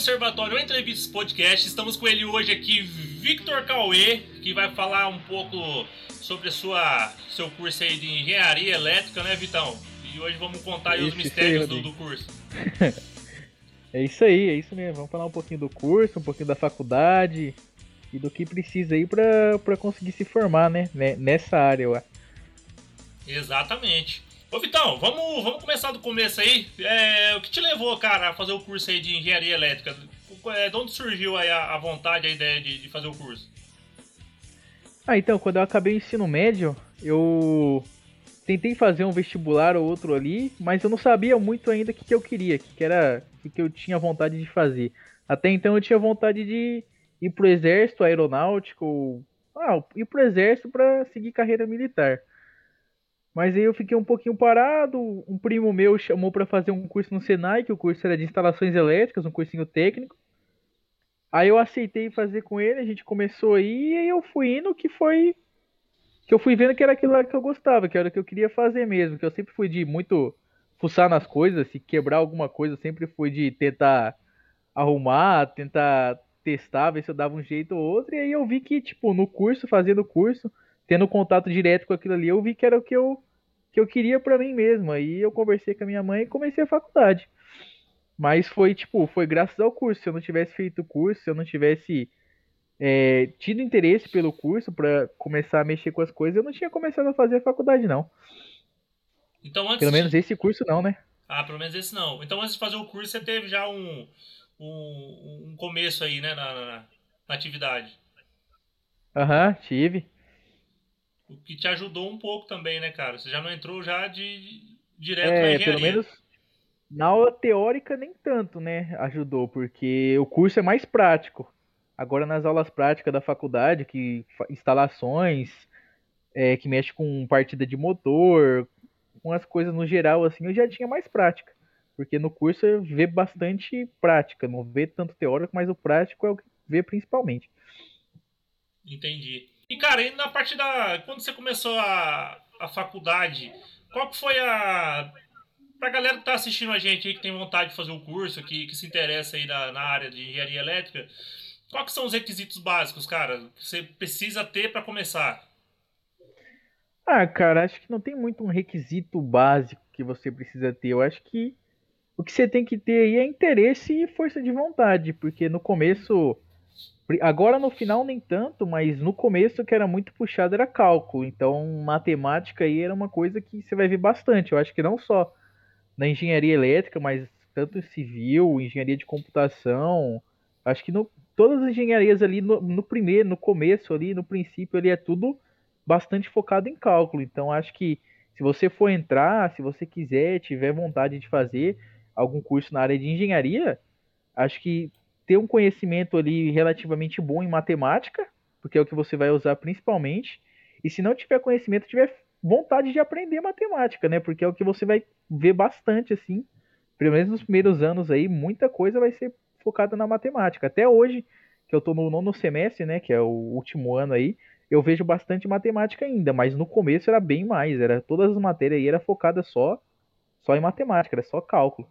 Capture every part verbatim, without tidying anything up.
Observatório Entrevistas Podcast. Estamos com ele hoje aqui, Victor Cauê, que vai falar um pouco sobre a sua, seu curso aí de Engenharia Elétrica, né, Vitão? E hoje vamos contar aí os Isso, mistérios isso aí, do, do curso. É isso aí, é isso mesmo. Vamos falar um pouquinho do curso, um pouquinho da faculdade e do que precisa aí pra, pra conseguir se formar, né? né, Nessa área, ué. Exatamente. Ô Vitão, vamos, vamos começar do começo aí. É, o que te levou, cara, a fazer o curso aí de Engenharia Elétrica? É, de onde surgiu aí a, a vontade, a ideia de, de fazer o curso? Ah, então, quando eu acabei o ensino médio, eu tentei fazer um vestibular ou outro ali, mas eu não sabia muito ainda o que, que eu queria, o que, que era, o que, que eu tinha vontade de fazer. Até então eu tinha vontade de ir pro exército aeronáutico, ou, ah, ir pro exército para seguir carreira militar. Mas aí eu fiquei um pouquinho parado, um primo meu chamou para fazer um curso no Senai, que o curso era de instalações elétricas, um cursinho técnico. Aí eu aceitei fazer com ele, a gente começou aí, e aí eu fui indo, que foi que eu fui vendo que era aquilo lá que eu gostava, que era o que eu queria fazer mesmo, que eu sempre fui de muito fuçar nas coisas, se quebrar alguma coisa, eu sempre fui de tentar arrumar, tentar testar, ver se eu dava um jeito ou outro, e aí eu vi que, tipo, no curso, fazendo o curso, tendo contato direto com aquilo ali, eu vi que era o que eu, que eu queria pra mim mesmo. Aí eu conversei com a minha mãe e comecei a faculdade. Mas foi, tipo, foi graças ao curso. Se eu não tivesse feito o curso, se eu não tivesse é, tido interesse pelo curso pra começar a mexer com as coisas, eu não tinha começado a fazer a faculdade, não. Então Pelo antes menos de... esse curso não, né? Ah, pelo menos esse não. Então antes de fazer o curso, você teve já um, um, um começo aí, né, na, na, na atividade. Aham, tive. O que te ajudou um pouco também, né, cara? Você já não entrou já de direto na É, pelo engenharia. menos na aula teórica nem tanto, né? Ajudou, porque o curso é mais prático. Agora nas aulas práticas da faculdade, que fa- instalações, é, que mexe com partida de motor, com as coisas no geral, assim, eu já tinha mais prática. Porque no curso eu vê bastante prática, não vê tanto teórico, mas o prático é o que vê principalmente. Entendi. E, cara, e na parte da... Quando você começou a, a faculdade, qual que foi a... Pra galera que tá assistindo a gente aí, que tem vontade de fazer o curso, que, que se interessa aí na, na área de engenharia elétrica, quais que são os requisitos básicos, cara, que você precisa ter pra começar? Ah, cara, acho que não tem muito um requisito básico que você precisa ter. Eu acho que o que você tem que ter aí é interesse e força de vontade, porque no começo, agora no final nem tanto, mas no começo que era muito puxado era cálculo. Então, matemática aí era uma coisa que você vai ver bastante. Eu acho que não só na engenharia elétrica, mas tanto em civil, engenharia de computação. Acho que no, todas as engenharias ali no, no primeiro, no começo ali, no princípio ali é tudo bastante focado em cálculo. Então acho que se você for entrar, se você quiser, tiver vontade de fazer algum curso na área de engenharia, acho que ter um conhecimento ali relativamente bom em matemática, porque é o que você vai usar principalmente. E se não tiver conhecimento, tiver vontade de aprender matemática, né? Porque é o que você vai ver bastante, assim. Pelo menos nos primeiros anos aí, muita coisa vai ser focada na matemática. Até hoje, que eu tô no nono semestre, né? Que é o último ano aí, eu vejo bastante matemática ainda, mas no começo era bem mais. Era todas as matérias aí era focada só, só em matemática, era só cálculo.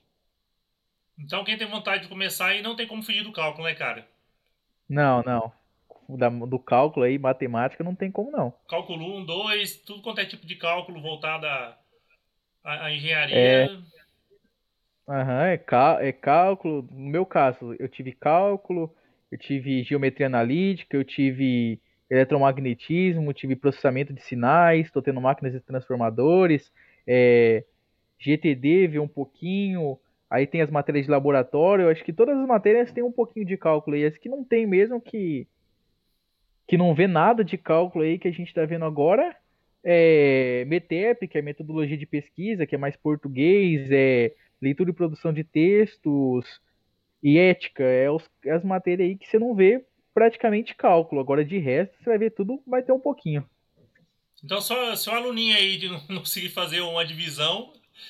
Então, quem tem vontade de começar aí não tem como fugir do cálculo, né, cara? Não, não. Da- do cálculo aí, matemática, não tem como não. Cálculo um, dois, tudo quanto é tipo de cálculo voltado à, à, à É, engenharia. aham, é, cá- é cálculo. No meu caso, eu tive cálculo, eu tive geometria analítica, eu tive eletromagnetismo, tive processamento de sinais, estou tendo máquinas e transformadores, é, G T D, vi um pouquinho. Aí tem as matérias de laboratório. Eu acho que todas as matérias têm um pouquinho de cálculo. E as que não tem mesmo, que que não vê nada de cálculo aí que a gente está vendo agora, é METEP, que é metodologia de pesquisa, que é mais português, é leitura e produção de textos, e ética, é, os, é as matérias aí que você não vê praticamente cálculo. Agora, de resto, você vai ver tudo, vai ter um pouquinho. Então, só, só aluninho aí de não não conseguir fazer uma divisão,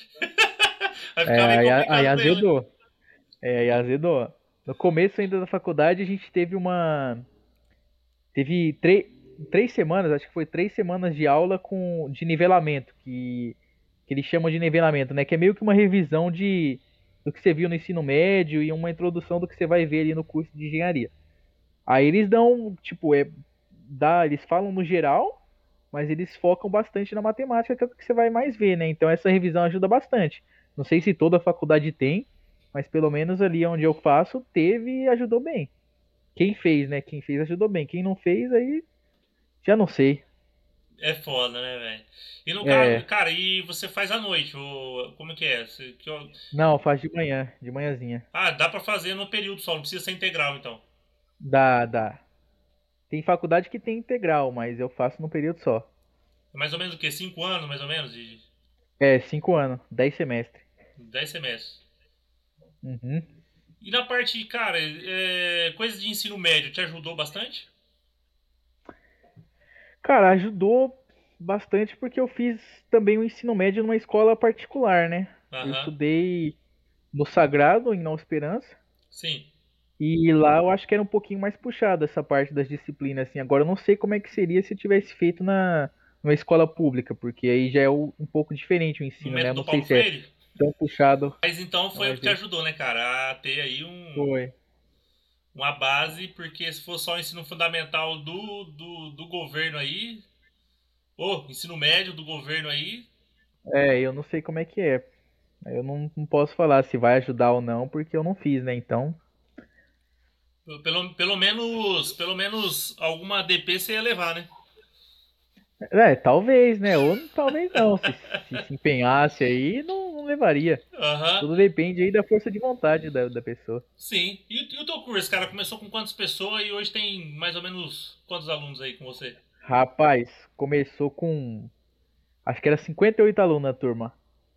vai ficar É, meio aí, aí complicado pra ele, né? azedou. É, aí azedou. No começo ainda da faculdade, a gente teve uma. Teve três três semanas, acho que foi três semanas de aula com de nivelamento, que, que eles chamam de nivelamento, né? Que é meio que uma revisão de, do que você viu no ensino médio e uma introdução do que você vai ver ali no curso de engenharia. Aí eles dão, tipo, é, dá, eles falam no geral, mas eles focam bastante na matemática, que é o que você vai mais ver, né? Então essa revisão ajuda bastante. Não sei se toda a faculdade tem, mas pelo menos ali onde eu faço, teve e ajudou bem. Quem fez, né? Quem fez ajudou bem. Quem não fez, aí já não sei. É foda, né, velho? E no caso, É, cara, e você faz à noite, ou como que é? Você- que ho- não, faz de manhã, de manhãzinha. Ah, dá pra fazer no período só, não precisa ser integral, então. Dá, dá. Tem faculdade que tem integral, mas eu faço num período só. É mais ou menos o quê? Cinco anos, mais ou menos, de É, cinco anos, dez semestres. dez semestres. Uhum. E na parte, cara, é, coisa de ensino médio, te ajudou bastante? Cara, ajudou bastante porque eu fiz também o ensino médio numa escola particular, né? Eu Aham, estudei no Sagrado, em Nova Esperança, sim. e lá eu acho que era um pouquinho mais puxado essa parte das disciplinas, assim. Agora eu não sei como é que seria se eu tivesse feito na numa escola pública, porque aí já é o- um pouco diferente o No ensino, né? Eu método não sei Paulo se é Freire? tão puxado. Mas então Não foi o vai que te ver. ajudou, né, cara, a ter aí um, Foi. uma base, porque se for só o ensino fundamental do, do, do governo aí, ou ensino médio do governo aí, É, eu não sei como é que é. Eu não, não posso falar se vai ajudar ou não, porque eu não fiz, né? Então, pelo, pelo menos pelo menos alguma D P você ia levar, né? é, talvez, né? Ou talvez não. Se se, se empenhasse aí, não, não levaria. Aham, Tudo depende aí da força de vontade da, da pessoa. sim. E, o- e o teu curso, cara, começou com quantas pessoas e hoje tem mais ou menos quantos alunos aí com você? Rapaz, começou com. Acho que era cinquenta e oito alunos na turma.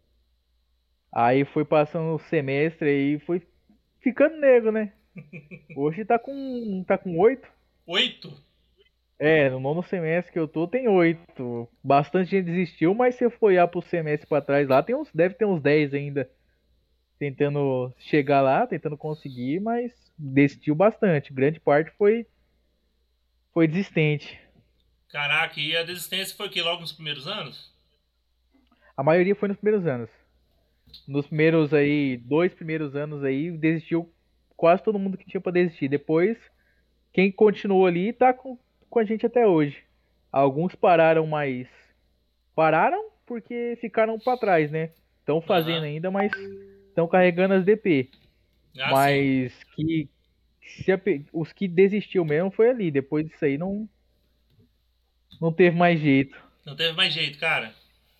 Aí foi passando o semestre aí, foi ficando nego, né? Hoje tá com. Tá com oito. Oito? É, no nono semestre que eu tô tem oito. Bastante gente desistiu, mas se eu for olhar pro semestre pra trás lá, tem uns, deve ter uns dez ainda tentando chegar lá, tentando conseguir, mas desistiu bastante. Grande parte foi, foi desistente. Caraca, e a desistência foi o quê? Logo nos primeiros anos? A maioria foi nos primeiros anos. Nos primeiros aí, dois primeiros anos aí, desistiu quase todo mundo que tinha pra desistir. Depois, quem continuou ali tá com, com a gente até hoje. Alguns pararam, mas pararam porque ficaram pra trás, né? Estão fazendo Aham. ainda, mas estão carregando as D P. Ah, sim. Mas que se a pe- os que desistiu mesmo foi ali. Depois disso aí não, não teve mais jeito. Não teve mais jeito, cara.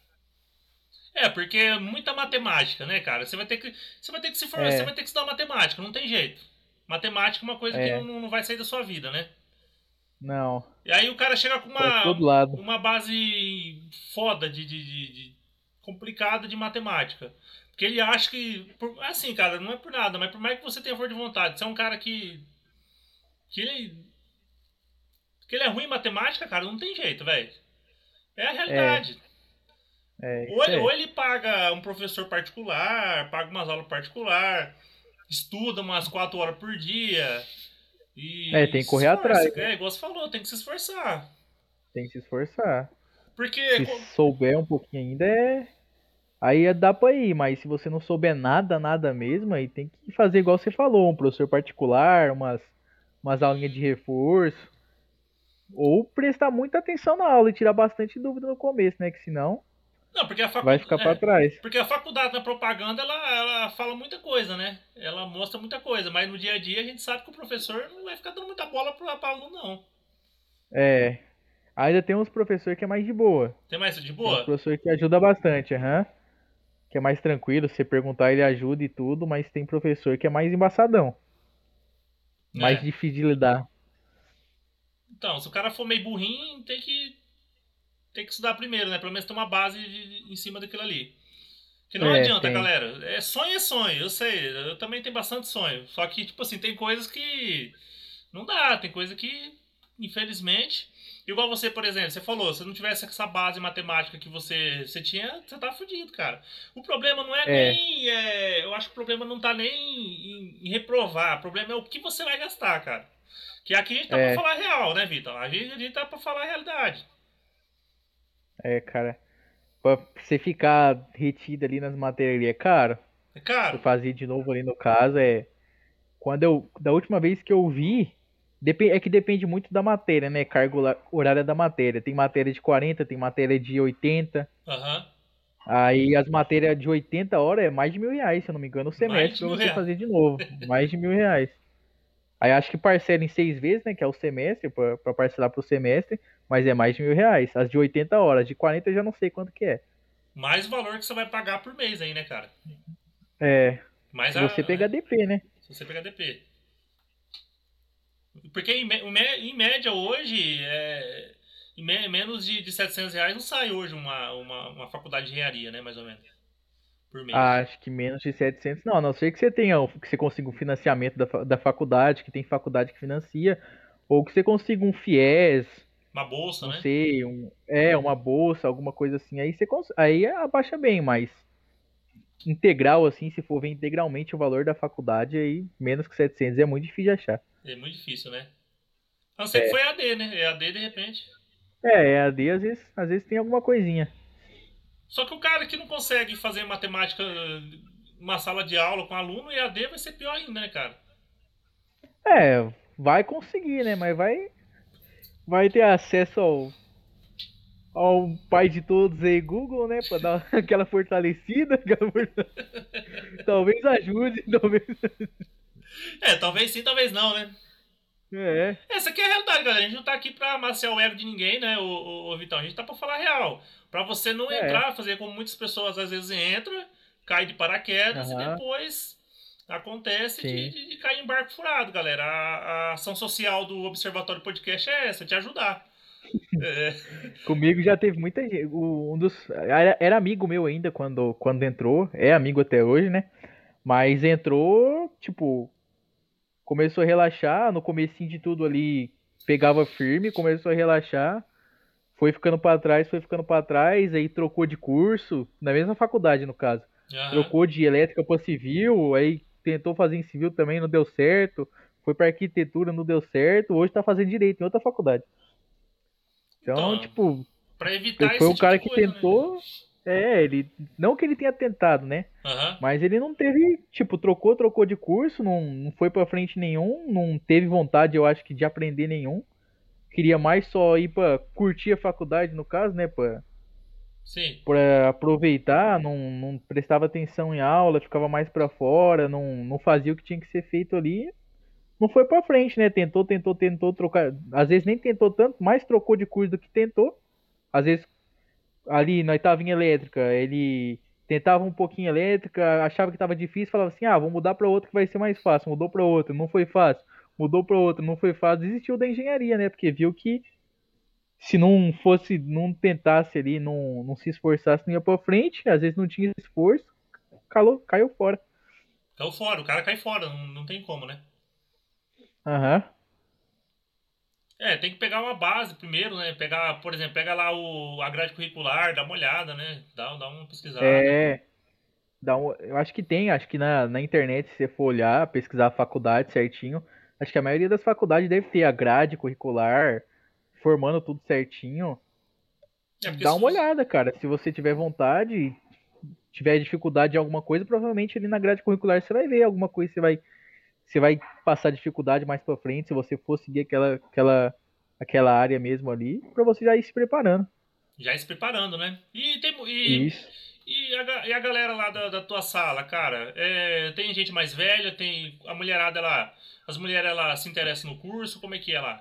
É, porque é muita matemática, né, cara? Você vai ter que, você vai ter que se for, você vai É, ter que estudar matemática, não tem jeito. Matemática é uma coisa que não, é, não vai sair da sua vida, né? não. E aí o cara chega com Pra uma, todo lado. uma base foda de, de, de- de- complicada de matemática. Porque ele acha que. por- assim, cara, não é por nada, mas por mais que você tenha força de vontade, você é um cara que. que ele. que ele é ruim em matemática, cara, não tem jeito, velho. É a É, realidade. é, Ou isso ele, ou é. ele paga um professor particular, paga umas aulas particular, estuda umas quatro horas por dia É, e tem que se correr esforça. atrás, né? É igual você falou, tem que se esforçar. Tem que se esforçar. Porque. Se souber um pouquinho ainda, é. Aí é- dá pra ir, mas se você não souber nada, nada mesmo, aí tem que fazer igual você falou, um professor particular, umas, umas aulinhas de reforço, ou prestar muita atenção na aula e tirar bastante dúvida no começo, né? Que senão Não, porque a vai faculdade. ficar pra É, trás. porque a faculdade na propaganda ela, ela fala muita coisa, né? Ela mostra muita coisa, mas no dia a dia a gente sabe que o professor não vai ficar dando muita bola para aluno, não. É, ainda tem uns professores que é mais de boa. Tem mais de Tem uns boa? professores que ajuda bastante, aham. Que é mais tranquilo, se você perguntar ele ajuda e tudo, mas tem professor que é mais embaçadão, mais É. difícil de lidar. Então, se o cara for meio burrinho, tem que, tem que estudar primeiro, né? Pelo menos ter uma base de- em cima daquilo ali. Que não É, adianta, tem. galera. É sonho é sonho, eu sei. Eu também tenho bastante sonho. Só que, tipo assim, tem coisas que não dá, tem coisa que, infelizmente. Igual você, por exemplo, você falou, se não tivesse essa base matemática que você, você tinha, você tá fudido, cara. O problema não é É, nem. É, eu acho que o problema não tá nem em, em reprovar. O problema é o que você vai gastar, cara. Que aqui a gente tá pra é, falar real, né, Vitor? A gente, a gente tá pra falar a realidade. é, cara. Pra você ficar retido ali nas matérias ali é caro. É Eu caro. fazia de novo ali no caso, é. Quando eu. Da última vez que eu vi. depen- É que depende muito da matéria, né? Carga hora- horária da matéria. Tem matéria de quarenta, tem matéria de oitenta. Aham. Aí as matérias de oitenta horas é mais de mil reais, se eu não me engano, o Mais semestre de pra mil você reais. fazer de novo. Mais de mil reais. Aí acho que parcela em seis vezes, né? Que é o semestre, pra, pra parcelar pro semestre, mas é mais de mil reais. As de oitenta horas, de quarenta eu já não sei quanto que é. Mais o valor que você vai pagar por mês aí, né, cara? É. Mais Se você a, pegar né? D P, né? Se você pegar D P. Porque em, mé- em mé- em média hoje, é, em me- menos de, de setecentos reais não sai hoje uma, uma, uma faculdade de engenharia, né, mais ou menos, por mês. Acho que menos de setecentos. Não, a não ser que você tenha, que você consiga um financiamento da, fa- da faculdade, que tem faculdade que financia, ou que você consiga um FIES, Uma bolsa, não né? sei, um, é, uma bolsa, alguma coisa assim. Aí você cons- aí abaixa bem, mas integral, assim, se for ver integralmente o valor da faculdade, aí menos que setecentos é muito difícil de achar. É muito difícil, né? A não ser que foi É, E A D, né? E A D de repente. é, E A D às vezes, às vezes tem alguma coisinha. Só que o cara que não consegue fazer matemática numa sala de aula com aluno, E A D vai ser pior ainda, né, cara? É, vai conseguir, né? Mas vai, vai ter acesso ao, ao pai de todos aí, Google, né? Pra dar aquela fortalecida. Aquela forta- Talvez ajude, talvez. É, talvez sim, talvez não, né? É, Essa aqui é a realidade, galera. A gente não tá aqui pra amaciar o ego de ninguém, né, ô, ô, ô Vitão? A gente tá pra falar a real. Pra você não é. entrar, fazer como muitas pessoas às vezes entram, cai de paraquedas e Aham, depois acontece de, sim. de, de cair em barco furado, galera. A, a ação social do Observatório Podcast é essa, te ajudar. É, Comigo já teve muita gente. o- Um dos. Era, era amigo meu ainda quando, quando entrou. É amigo até hoje, né? Mas entrou, tipo, começou a relaxar. No comecinho de tudo ali, pegava firme, começou a relaxar. Foi ficando pra trás, foi ficando pra trás. Aí trocou de curso, na mesma faculdade, no caso. aham. Trocou de elétrica pra civil. Aí tentou fazer em civil também, não deu certo. Foi pra arquitetura, não deu certo. Hoje tá fazendo direito em outra faculdade. Então, Então, tipo, pra evitar foi esse um tipo de cara que coisa, né? tentou. É, ele. Não que ele tenha tentado, né? Aham. Mas ele não teve. Tipo, trocou, trocou de curso, não, não foi pra frente nenhum, não teve vontade, eu acho que, de aprender nenhum. Queria mais só ir pra curtir a faculdade, no caso, né? Pra, Sim. pra aproveitar, não, não prestava atenção em aula, ficava mais pra fora, não, não fazia o que tinha que ser feito ali. Não foi pra frente, né? Tentou, tentou, tentou trocar. Às vezes nem tentou tanto, mais trocou de curso do que tentou. Às vezes ali nós tava em elétrica, ele tentava um pouquinho elétrica, achava que tava difícil, falava assim: "Ah, vou mudar para outro que vai ser mais fácil". Mudou para outro, não foi fácil. Mudou para outro, não foi fácil. Desistiu da engenharia, né? Porque viu que se não fosse, não tentasse ali, não, não se esforçasse, não ia para frente, às vezes não tinha esforço, calou, caiu fora. Caiu fora, o cara cai fora, não, não tem como, né? Aham. É, tem que pegar uma base primeiro, né? Pegar, por exemplo, pega lá o, a grade curricular, dá uma olhada, né? Dá, dá uma pesquisada. É, dá um, eu acho que tem, acho que na, na internet, se você for olhar, pesquisar a faculdade certinho, acho que a maioria das faculdades deve ter a grade curricular, formando tudo certinho. É porque Dá se uma você. olhada, cara. Se você tiver vontade, tiver dificuldade em alguma coisa, provavelmente ali na grade curricular você vai ver alguma coisa, você vai, você vai passar dificuldade mais pra frente, se você for seguir aquela, aquela, aquela área mesmo ali, pra você já ir se preparando. Já ir se preparando, né? E, tem, e, Isso. e, a, ga- e a galera lá da, da tua sala, cara? É, tem gente mais velha, tem. A mulherada lá. As mulheres ela se interessam no curso, como é que é lá?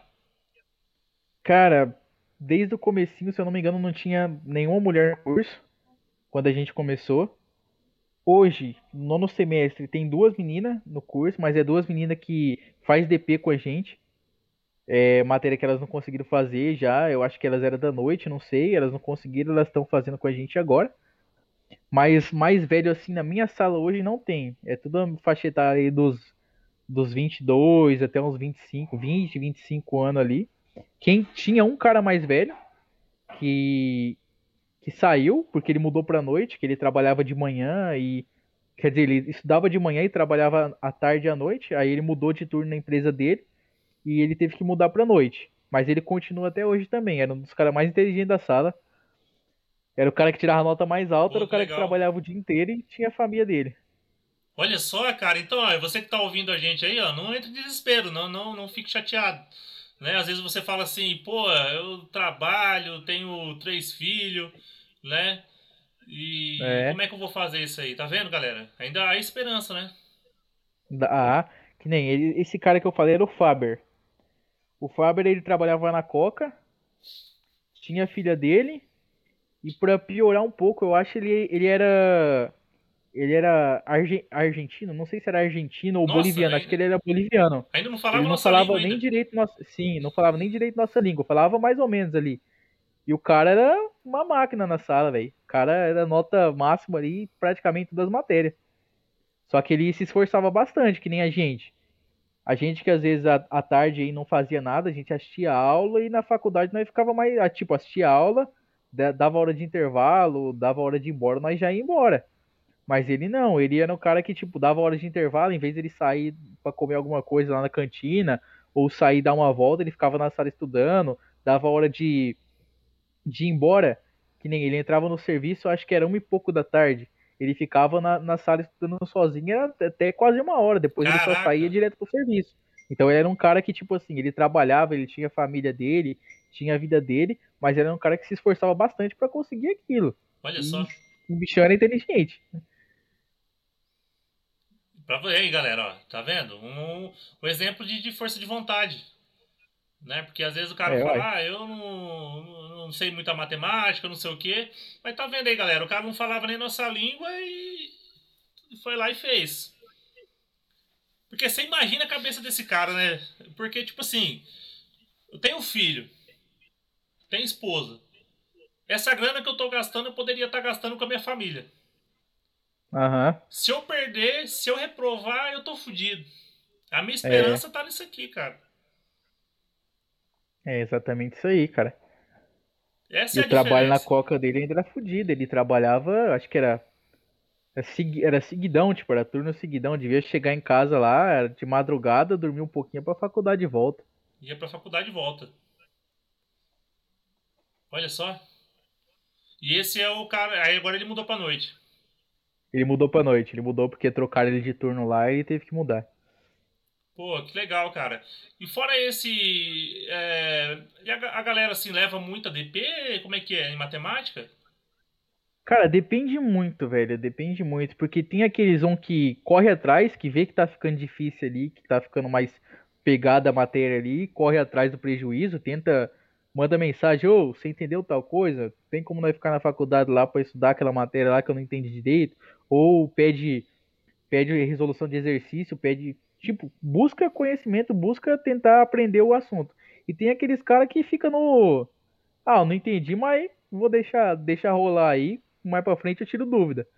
Cara, desde o comecinho, se eu não me engano, não tinha nenhuma mulher no curso quando a gente começou. Hoje, no nono semestre, tem duas meninas no curso, mas é duas meninas que faz D P com a gente. É matéria que elas não conseguiram fazer já. Eu acho que elas eram da noite, não sei. Elas não conseguiram, elas estão fazendo com a gente agora. Mas mais velho assim na minha sala hoje não tem. É tudo a faixa etária aí dos, dos vinte e dois até uns vinte e cinco, vinte, vinte e cinco anos ali. Quem tinha um cara mais velho que, que saiu, porque ele mudou pra noite, que ele trabalhava de manhã e. Quer dizer, ele estudava de manhã e trabalhava à tarde e à noite. Aí ele mudou de turno na empresa dele e ele teve que mudar pra noite. Mas ele continua até hoje também. Era um dos caras mais inteligentes da sala. Era o cara que tirava a nota mais alta, era Pô, o que cara que legal. trabalhava o dia inteiro e tinha a família dele. Olha só, cara, então, ó, você que tá ouvindo a gente aí, ó, não entre em desespero, não, não, não fique chateado, né? Às vezes você fala assim, pô, eu trabalho, tenho três filhos, né? E É, como é que eu vou fazer isso aí? Tá vendo, galera? Ainda há esperança, né? da- ah, que nem ele, esse cara que eu falei era o Faber. O Faber ele trabalhava na Coca, tinha a filha dele, e pra piorar um pouco, eu acho ele, ele era. Ele era argen- argentino, não sei se era argentino ou Nossa, boliviano, acho que ainda, ele era boliviano. ainda não Ele falava não nossa língua falava nem ainda. direito nossa, sim, não falava nem direito nossa língua, falava mais ou menos ali. E o cara era uma máquina na sala, velho. O cara era nota máxima ali, praticamente em todas as matérias. Só que ele se esforçava bastante, que nem a gente. A gente que às vezes à, à tarde aí não fazia nada, a gente assistia aula e na faculdade nós ficava mais, ah, tipo, assistia aula, da- dava hora de intervalo, dava hora de ir embora, nós já ia embora. Mas ele não, ele era um cara que, tipo, dava hora de intervalo, em vez de ele sair pra comer alguma coisa lá na cantina, ou sair dar uma volta, ele ficava na sala estudando, dava hora de, de ir embora, que nem ele entrava no serviço, acho que era uma e pouco da tarde. Ele ficava na, na sala estudando sozinho era até quase uma hora, depois ele só saía Caraca, direto pro serviço. Então ele era um cara que, tipo assim, ele trabalhava, ele tinha a família dele, tinha a vida dele, mas ele era um cara que se esforçava bastante pra conseguir aquilo. olha E só. o bichão era inteligente. Pra ver aí, galera, ó, tá vendo? Um, um exemplo de, de força de vontade, né? Porque às vezes o cara É, uai. fala, ah, eu não, não sei muita matemática, não sei o quê. Mas tá vendo aí, galera? O cara não falava nem nossa língua e foi lá e fez. Porque você imagina a cabeça desse cara, né? Porque, tipo assim, eu tenho filho, tenho esposa. Essa grana que eu tô gastando, eu poderia estar gastando com a minha família. Aham. Se eu perder, se eu reprovar, eu tô fudido. A minha É, esperança tá nisso aqui, cara. é exatamente isso aí, cara. Essa E é o a trabalho na diferença. Coca dele ainda era fodido. Ele trabalhava, acho que era, era, segui- era seguidão, tipo, era turno seguidão. Devia chegar em casa lá, era de madrugada, dormir um pouquinho pra faculdade de volta. Ia pra faculdade e volta. Olha só. E esse é o cara. Aí agora ele mudou pra noite. Ele mudou pra noite, ele mudou porque trocaram ele de turno lá e ele teve que mudar. Pô, que legal, cara. E fora esse. É, e a, ga- a galera assim leva muita D P? Como é que é? Em matemática? Cara, depende muito, velho. Depende muito. Porque tem aqueles um que corre atrás, que vê que tá ficando difícil ali, que tá ficando mais pegada a matéria ali, corre atrás do prejuízo, tenta, manda mensagem, ô, você entendeu tal coisa? Tem como nós ficar na faculdade lá pra estudar aquela matéria lá que eu não entendi direito? Ou pede, pede resolução de exercício, pede, tipo, busca conhecimento, busca tentar aprender o assunto. E tem aqueles caras que fica no ah, eu não entendi, mas vou deixar, deixar rolar aí. Mais pra frente eu tiro dúvida.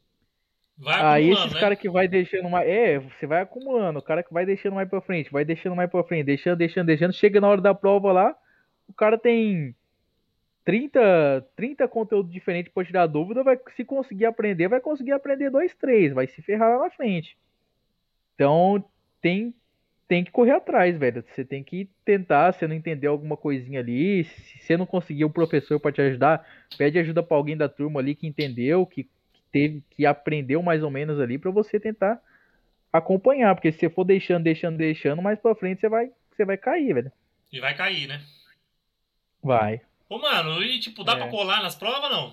Vai Aí acumulando, esses né? caras que vai deixando mais. É, você vai acumulando. O cara que vai deixando mais pra frente, vai deixando mais pra frente, deixando, deixando, deixando. Chega na hora da prova lá, o cara tem trinta trinta conteúdos diferentes pra tirar dúvida. Vai, se conseguir aprender, vai conseguir aprender dois, três. Vai se ferrar lá na frente. Então tem, tem que correr atrás, velho. Você tem que tentar, se não entender alguma coisinha ali, se você não conseguir o professor para te ajudar, pede ajuda para alguém da turma ali que entendeu, que, que teve, que aprendeu mais ou menos ali para você tentar acompanhar, porque se você for deixando, deixando, deixando, mais para frente você vai, você vai cair, velho. E vai cair, né? Vai. Ô, mano, e tipo, dá pra É. colar nas provas não?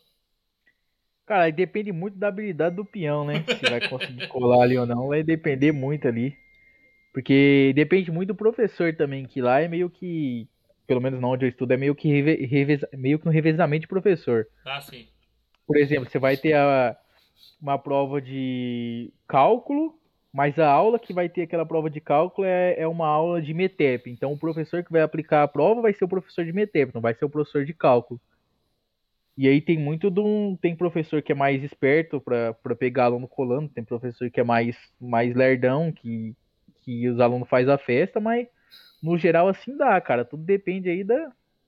Cara, aí depende muito da habilidade do peão, né? Se vai conseguir colar ali ou não, vai depender muito ali. Porque depende muito do professor também, que lá é meio que, pelo menos na onde eu estudo, é meio que, reve, reveza, meio que um revezamento de professor. Ah, sim. Por exemplo, você vai ter a, uma prova de cálculo, mas a aula que vai ter aquela prova de cálculo é, é uma aula de METEP. Então o professor que vai aplicar a prova vai ser o professor de METEP, não vai ser o professor de cálculo. E aí tem muito de um. Tem professor que é mais esperto para pegar aluno colando, tem professor que é mais, mais lerdão, que, que os alunos faz a festa, mas no geral assim dá, cara. Tudo depende aí da,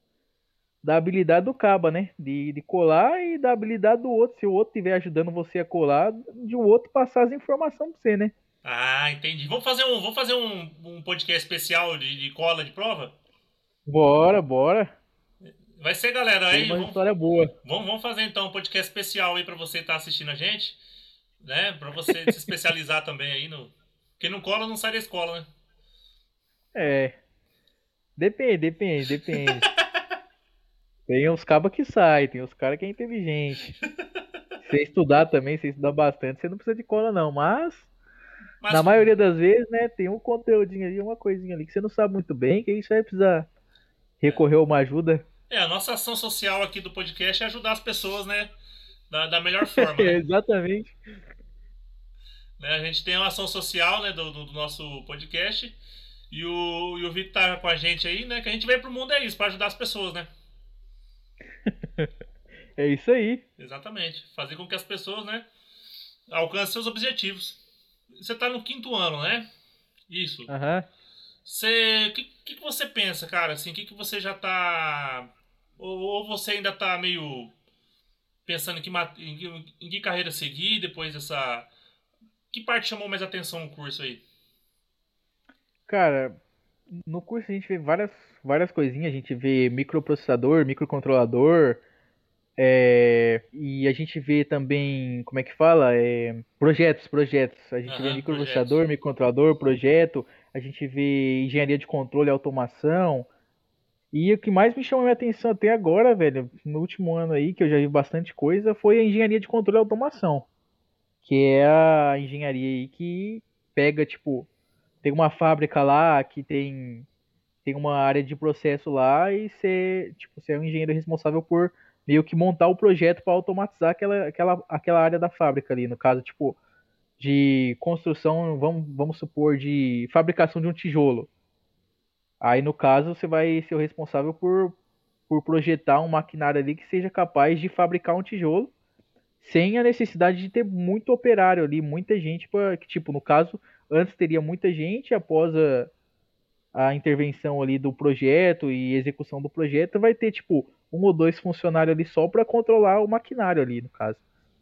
da habilidade do caba, né? De, de colar e da habilidade do outro. Se o outro estiver ajudando você a colar, de o outro passar as informações pra você, né? Ah, entendi. Vamos fazer um, vamos fazer um, um podcast especial de, de cola de prova? Bora, bora. Vai ser, galera, Tem aí, uma vamos, história boa. vamos, vamos fazer então um podcast especial aí pra você estar assistindo a gente. né? Pra você se especializar também aí no. Quem não cola não sai da escola, né? É, depende, depende, depende. Tem uns cabas que saem, tem os caras que é inteligente. Se você estudar também, se você estudar bastante, você não precisa de cola não, mas Mas na maioria das vezes, né, tem um conteúdinho ali, uma coisinha ali que você não sabe muito bem, que aí você vai precisar recorrer a uma ajuda. é, a nossa ação social aqui do podcast é ajudar as pessoas, né? Da, da melhor forma, né? Exatamente. Né, a gente tem uma ação social, né, do, do, do nosso podcast. E o, e o Vitor tá com a gente aí, né? Que a gente veio pro mundo é isso, pra ajudar as pessoas, né? É isso aí. Exatamente. Fazer com que as pessoas, né, alcancem seus objetivos. Você tá no quinto ano, né? Isso. Aham. Você. O que, que, que você pensa, cara? Assim, o que, que você já tá. Ou, ou você ainda tá meio pensando em que, ma- em que, em que carreira seguir depois dessa. Que parte chamou mais atenção no curso aí? Cara, no curso a gente vê várias, várias coisinhas, a gente vê microprocessador, microcontrolador, é, e a gente vê também, como é que fala? É, projetos, projetos. A gente vê Aham, projetos. microprocessador, microcontrolador, projeto, a gente vê engenharia de controle e automação. E o que mais me chamou a minha atenção até agora, velho, no último ano aí, que eu já vi bastante coisa, foi a engenharia de controle e automação, que é a engenharia aí que pega, tipo, tem uma fábrica lá que tem tem uma área de processo lá e você, tipo, você é um engenheiro responsável por meio que montar o projeto para automatizar aquela, aquela, aquela área da fábrica ali, no caso, tipo, de construção, vamos, vamos supor, de fabricação de um tijolo. Aí, no caso, você vai ser o responsável por, por projetar um maquinário ali que seja capaz de fabricar um tijolo sem a necessidade de ter muito operário ali, muita gente, pra, que, tipo, no caso, antes teria muita gente, após a, a intervenção ali do projeto e execução do projeto, vai ter tipo um ou dois funcionários ali só para controlar o maquinário ali, no caso.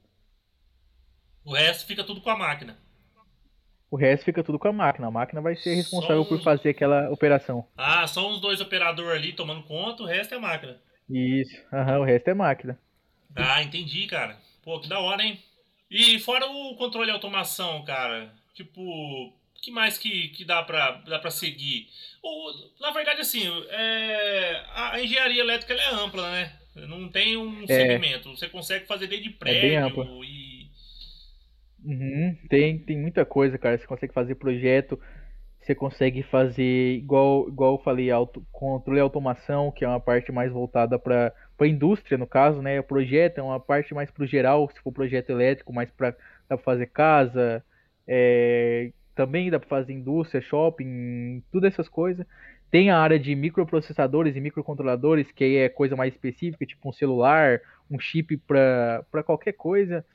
O resto fica tudo com a máquina. O resto fica tudo com a máquina. A máquina vai ser Só responsável por uns. fazer aquela operação. Ah, só uns dois operadores ali tomando conta, o resto é máquina. Isso. Aham, o resto é máquina. Ah, entendi, cara. Pô, que da hora, hein? E fora o controle e automação, cara, tipo, o que mais que, que dá, pra, dá pra seguir? Ou, na verdade, assim, é, a, a engenharia elétrica ela é ampla, né? Não tem um É, segmento. Você consegue fazer desde é bem ampla. prédio e. Uhum, tem, tem muita coisa, cara. Você consegue fazer projeto, você consegue fazer, igual, igual eu falei, auto, controle e automação, que é uma parte mais voltada para a indústria, no caso, né? O projeto é uma parte mais para o geral, se for projeto elétrico, mais para dá pra fazer casa, é, também dá para fazer indústria, shopping, tudo essas coisas. Tem a área de microprocessadores e microcontroladores, que aí é coisa mais específica, tipo um celular, um chip para para qualquer coisa.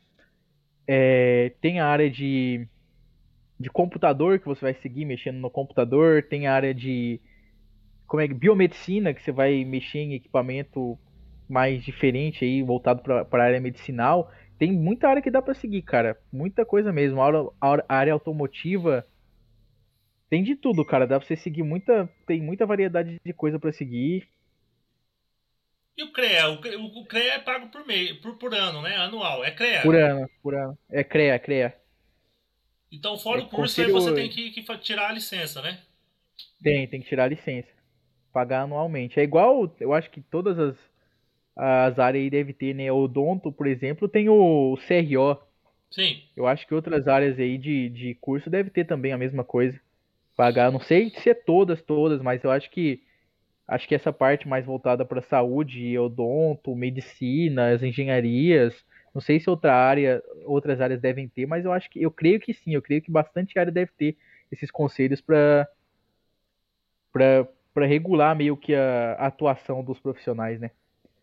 É, tem a área de de computador que você vai seguir mexendo no computador, tem a área de como é biomedicina que você vai mexer em equipamento mais diferente aí voltado para a área medicinal. Tem muita área que dá para seguir, cara, muita coisa mesmo. A área, a área automotiva tem de tudo, cara. Dá para você seguir muita, tem muita variedade de coisa para seguir E o CREA? O, CREA o CREA é pago por, mês, por, por ano, né? Anual. É por CREA. ano, por ano. É CREA, CREA. Então, É fora o curso, aí você tem conselho que, que fa- tirar a licença, né? tem, tem que tirar a licença, pagar anualmente. É igual, eu acho que todas as as áreas aí devem ter, né? O Odonto, por exemplo, tem o C R O. Sim. Eu acho que outras áreas aí de, de curso deve ter também a mesma coisa. Pagar, não sei se é todas, todas, mas eu acho que acho que essa parte mais voltada para saúde, odonto, medicina, as engenharias, não sei se outra área, outras áreas devem ter, mas eu acho que eu creio que sim, eu creio que bastante área deve ter esses conselhos para para para regular meio que a, a atuação dos profissionais, né?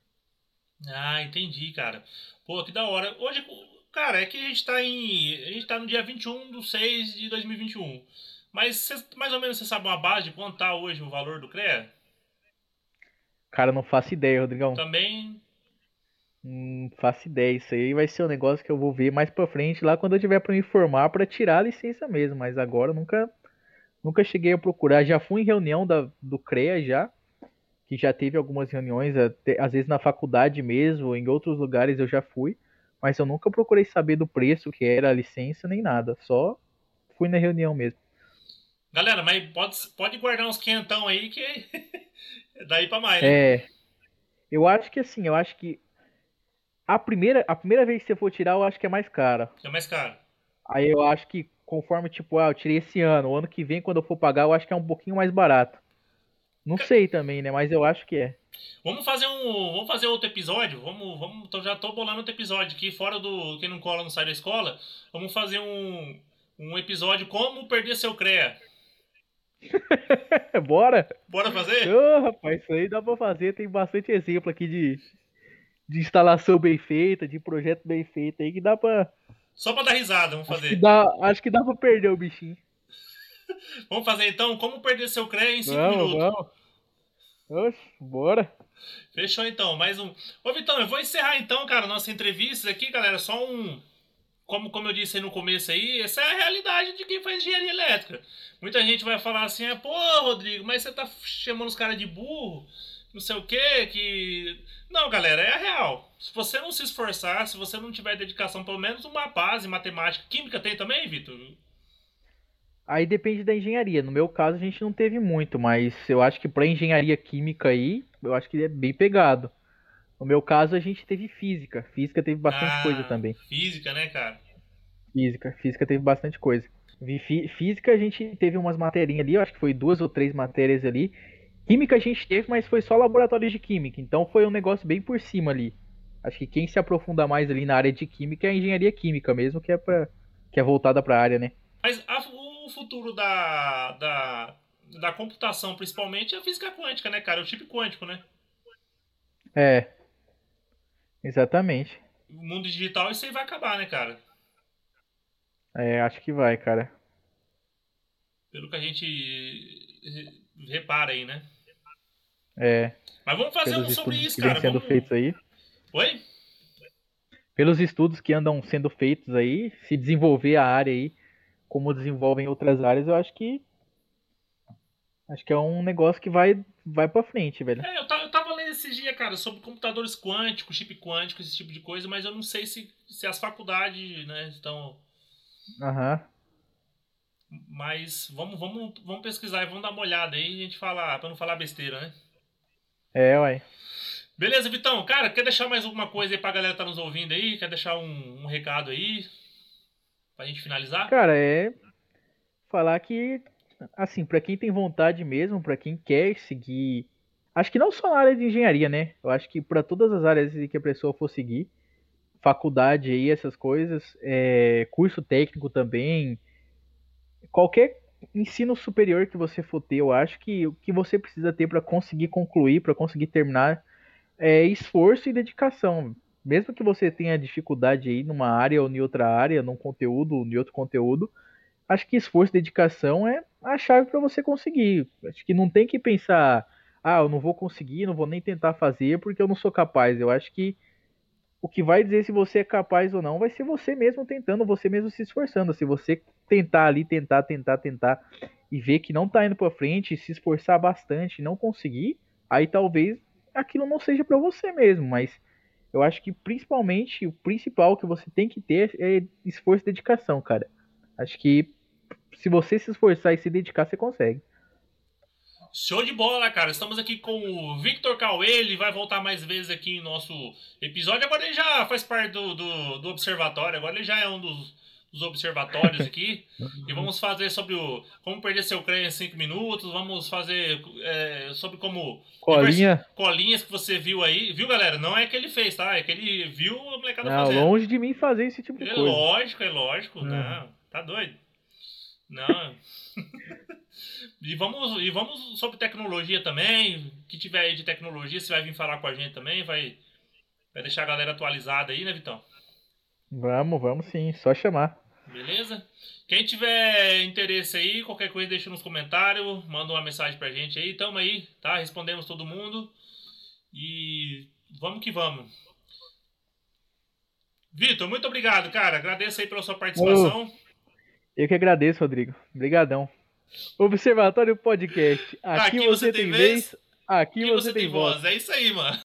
Ah, entendi, cara. Pô, que da hora. Hoje, cara, é que a gente tá em. A gente tá no dia vinte e um de seis de dois mil e vinte e um. Mas cê- mais ou menos você sabe uma base de quanto tá hoje o valor do CREA? Cara, não faço ideia, Rodrigão. Também. Hum, faço ideia. Isso aí vai ser um negócio que eu vou ver mais pra frente, lá quando eu tiver pra me formar pra tirar a licença mesmo. Mas agora eu nunca, nunca cheguei a procurar. Já fui em reunião da, do CREA já, que já teve algumas reuniões, até- às vezes na faculdade mesmo, em outros lugares eu já fui, mas eu nunca procurei saber do preço que era a licença nem nada, só fui na reunião mesmo. Galera, mas pode, pode guardar uns quentão aí que é daí pra mais, né? É, eu acho que assim, eu acho que a primeira, a primeira vez que você for tirar, eu acho que é mais cara. É mais caro. Aí eu acho que conforme, tipo, ah, eu tirei esse ano, o ano que vem, quando eu for pagar, eu acho que é um pouquinho mais barato. Não Ca- sei também, né? Mas eu acho que é. Vamos fazer um. Vamos fazer outro episódio. Vamos. Vamos então já tô bolando outro episódio aqui, fora do Quem não cola não sai da escola. Vamos fazer um, um episódio como perder seu CREA. Bora? Bora fazer? Ô, rapaz, isso aí dá pra fazer. Tem bastante exemplo aqui de, de instalação bem feita, de projeto bem feito aí que dá pra. Só pra dar risada, vamos Acho que fazer. dá, acho que dá pra perder o bichinho. Vamos fazer então como perder seu CREA em cinco Vamos, minutos. vamos. Oxe, bora. Fechou então, mais um. Ô Vitão, eu vou encerrar então, cara, nossa entrevista aqui, galera. Só um. Como, como eu disse aí no começo aí, essa é a realidade de quem faz engenharia elétrica. Muita gente vai falar assim, ah, pô, Rodrigo, mas você tá chamando os caras de burro, não sei o quê, que. Não, galera, é a real. Se você não se esforçar, se você não tiver dedicação, pelo menos uma base matemática, química tem também, Vitor? Aí depende da engenharia. No meu caso, a gente não teve muito, mas eu acho que pra engenharia química aí, eu acho que é bem pegado. No meu caso, a gente teve física. Física teve bastante coisa Ah, também. física, né, cara? Física, física teve bastante coisa. Vi- fí- Física a gente teve umas materinhas ali, eu acho que foi duas ou três matérias ali. Química a gente teve, mas foi só laboratório de química, então foi um negócio bem por cima ali. Acho que quem se aprofunda mais ali na área de química é a engenharia química mesmo, que é para que é voltada para a área, né? Mas a- o futuro da, da, da computação, principalmente, é a física quântica, né, cara? É o chip quântico, né? É, exatamente. O mundo digital, isso aí vai acabar, né, cara? É, acho que vai, cara. Pelo que a gente re- repara aí, né? É, Mas vamos fazer um pelos sobre estudos isso, que vêm cara. sendo Vamos. feitos aí, Oi? pelos estudos que andam sendo feitos aí, se desenvolver a área aí, como desenvolvem outras áreas, eu acho que acho que é um negócio que vai vai para frente, velho. É, eu tava, eu tava lendo esses dias, cara, sobre computadores quânticos, chip quântico, esse tipo de coisa, mas eu não sei se, se as faculdades, né, estão. Aham. Mas vamos, vamos, vamos pesquisar e vamos dar uma olhada aí e a gente falar, pra não falar besteira, né? É, uai. Beleza, Vitão? Cara, quer deixar mais alguma coisa aí pra galera que tá nos ouvindo aí? Quer deixar um, um recado aí pra gente finalizar? Cara, é falar que, assim, pra quem tem vontade mesmo, pra quem quer seguir, acho que não só na área de engenharia, né? Eu acho que pra todas as áreas que a pessoa for seguir, faculdade aí, essas coisas, é, curso técnico também, qualquer ensino superior que você for ter, eu acho que o que você precisa ter pra conseguir concluir, pra conseguir terminar, é esforço e dedicação. Mesmo que você tenha dificuldade aí numa área ou em outra área, num conteúdo ou em outro conteúdo, acho que esforço e dedicação é a chave para você conseguir. Acho que não tem que pensar, ah, eu não vou conseguir, não vou nem tentar fazer porque eu não sou capaz. Eu acho que o que vai dizer se você é capaz ou não vai ser você mesmo tentando, você mesmo se esforçando. Se você tentar ali, tentar, tentar, tentar e ver que não tá indo para frente, se esforçar bastante e não conseguir, aí talvez aquilo não seja para você mesmo, mas eu acho que principalmente o principal que você tem que ter é esforço e dedicação, cara. Acho que se você se esforçar e se dedicar, você consegue. Show de bola, cara. Estamos aqui com o Victor Cauê. Ele vai voltar mais vezes aqui em nosso episódio. Agora ele já faz parte do, do, do observatório. Agora ele já é um dos, dos observatórios aqui. E vamos fazer sobre o como perder seu CREA em cinco minutos. Vamos fazer é, sobre como diversas Colinha, colinhas que você viu aí. Viu, galera? Não é que ele fez, tá? É que ele viu a molecada não, fazendo. longe de mim fazer esse tipo de É coisa. lógico, é lógico. Uhum. Não, tá doido. Não. E vamos, e vamos sobre tecnologia também. Que tiver aí de tecnologia, você vai vir falar com a gente também. Vai, vai deixar a galera atualizada aí, né, Vitão? Vamos, vamos sim, só chamar. Beleza? Quem tiver interesse aí, qualquer coisa deixa nos comentários. Manda uma mensagem pra gente aí. Tamo aí, tá? Respondemos todo mundo. E vamos que vamos. Vitor, muito obrigado, cara. Agradeço aí pela sua Ô, participação. eu que agradeço, Rodrigo. Obrigadão. Observatório Podcast. Aqui Aqui você você tem tem vez, vez, aqui aqui você você tem tem voz. voz. É isso aí, mano.